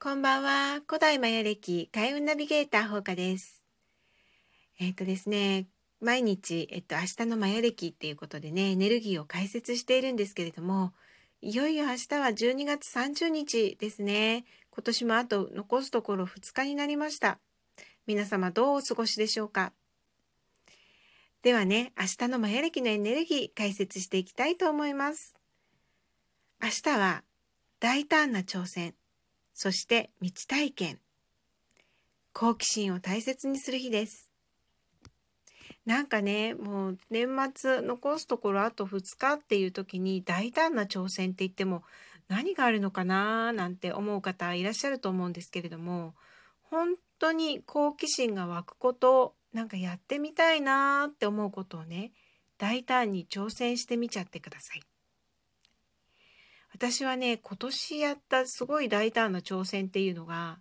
こんばんは。古代マヤ歴開運ナビゲーターほうかです。ですね、毎日、明日のマヤ歴っていうことでね、エネルギーを解説しているんですけれども、いよいよ明日は12月30日ですね。今年もあと残すところ2日になりました。皆様どうお過ごしでしょうか。ではね、明日のマヤ歴のエネルギー解説していきたいと思います。明日は大胆な挑戦、そして未知体験、好奇心を大切にする日です。なんかね、もう年末残すところあと2日っていう時に大胆な挑戦って言っても何があるのかななんて思う方いらっしゃると思うんですけれども、本当に好奇心が湧くこと、なんかやってみたいなって思うことをね、大胆に挑戦してみちゃってください。私はね、今年やったすごい大胆な挑戦っていうのが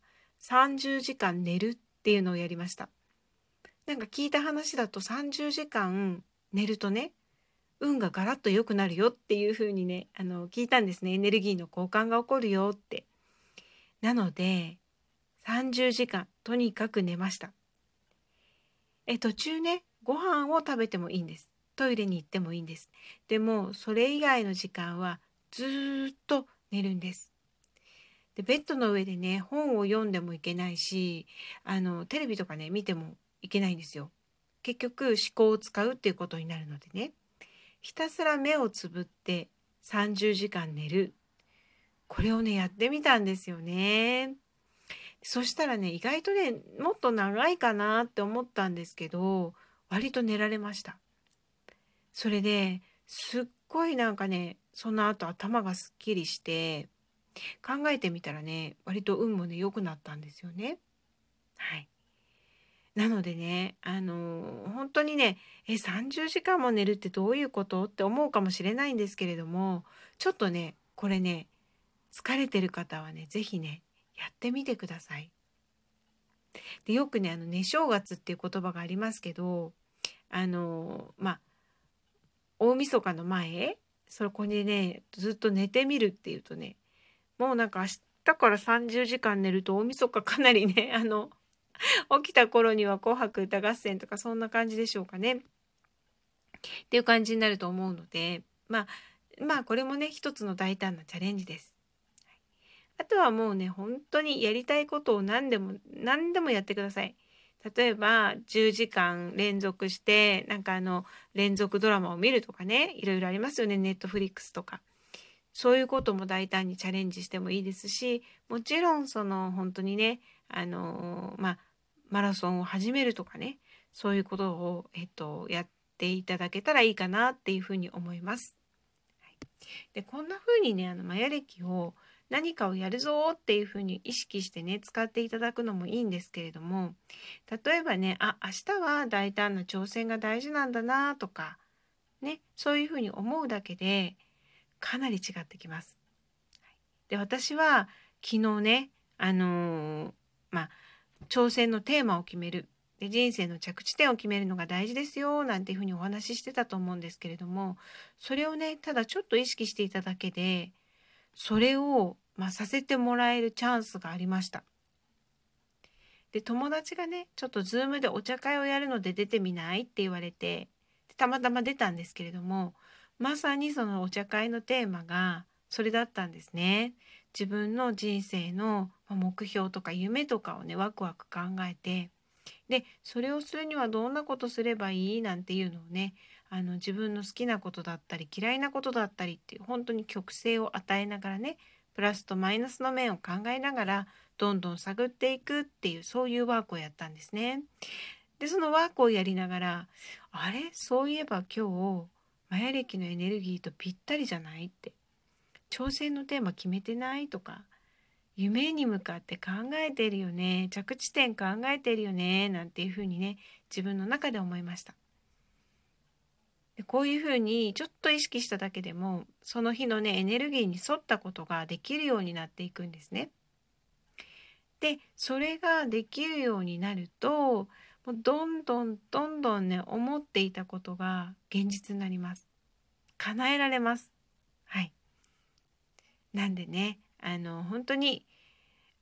30時間寝るっていうのをやりました。なんか聞いた話だと30時間寝るとね、運がガラッと良くなるよっていう風にね、聞いたんですね。エネルギーの交換が起こるよって。なので、30時間、とにかく寝ました。途中ね、ご飯を食べてもいいんです。トイレに行ってもいいんです。でも、それ以外の時間はずーっと寝るんです。で、ベッドの上でね、本を読んでもいけないし、テレビとかね、見てもいけないんですよ。結局、思考を使うっていうことになるのでね。ひたすら目をつぶって30時間寝る。これをね、やってみたんですよね。そしたらね、意外とね、もっと長いかなって思ったんですけど、割と寝られました。それで、すっごいなんかね、その後頭がすっきりして、考えてみたらね、割と運もね、良くなったんですよね。はい。なのでね、本当にね、30時間も寝るってどういうことって思うかもしれないんですけれども、ちょっとね、これね、疲れてる方はね、是非ね、やってみてください。で、よくね、寝正月っていう言葉がありますけど、まあ、大晦日の前、そこにね、ずっと寝てみるっていうとね、もうなんか明日から30時間寝ると大晦日かなりね、起きた頃には紅白歌合戦とかそんな感じでしょうかね。っていう感じになると思うので、まあこれもね、一つの大胆なチャレンジです。あとはもうね、本当にやりたいことを何でもやってください。例えば10時間連続して、なんか連続ドラマを見るとかね、いろいろありますよね、ネットフリックスとか。そういうことも大胆にチャレンジしてもいいですし、もちろんその本当にね、マラソンを始めるとかね、そういうことを、やっていただけたらいいかなっていうふうに思います。はい、で、こんな風にね、マヤ暦を何かをやるぞっていう風に意識してね、使っていただくのもいいんですけれども、例えばね、明日は大胆な挑戦が大事なんだなとか、ね、そういう風に思うだけで、かなり違ってきます。で、私は昨日ね、あのーまあ、挑戦のテーマを決める。で、人生の着地点を決めるのが大事ですよ、なんていうふうにお話ししてたと思うんですけれども、それをね、ただちょっと意識していただけで、それを、させてもらえるチャンスがありました。で、友達がね、ちょっとズームでお茶会をやるので出てみないって言われて、たまたま出たんですけれども、まさにそのお茶会のテーマがそれだったんですね。自分の人生の目標とか夢とかをね、ワクワク考えて、で、それをするにはどんなことすればいいなんていうのをね、自分の好きなことだったり嫌いなことだったりっていう本当に曲線を与えながらね、プラスとマイナスの面を考えながらどんどん探っていくっていうそういうワークをやったんですね。で、そのワークをやりながら、あれそういえば今日マヤ暦のエネルギーとぴったりじゃないって、挑戦のテーマ決めてないとか、夢に向かって考えてるよね、着地点考えてるよね、なんていうふうにね、自分の中で思いました。で、こういうふうにちょっと意識しただけでも、その日のね、エネルギーに沿ったことができるようになっていくんですね。で、それができるようになると、もうどんどんどんどんね、思っていたことが現実になります。叶えられます。はい。なんでね、本当に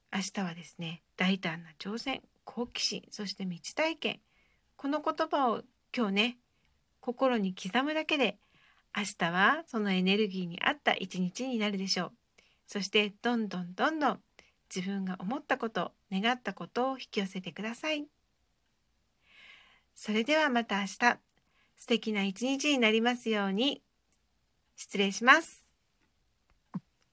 明日はですね、大胆な挑戦、好奇心、そして未知体験。この言葉を今日ね、心に刻むだけで、明日はそのエネルギーに合った一日になるでしょう。そしてどんどんどんどん自分が思ったこと、願ったことを引き寄せてください。それではまた明日、素敵な一日になりますように。失礼します。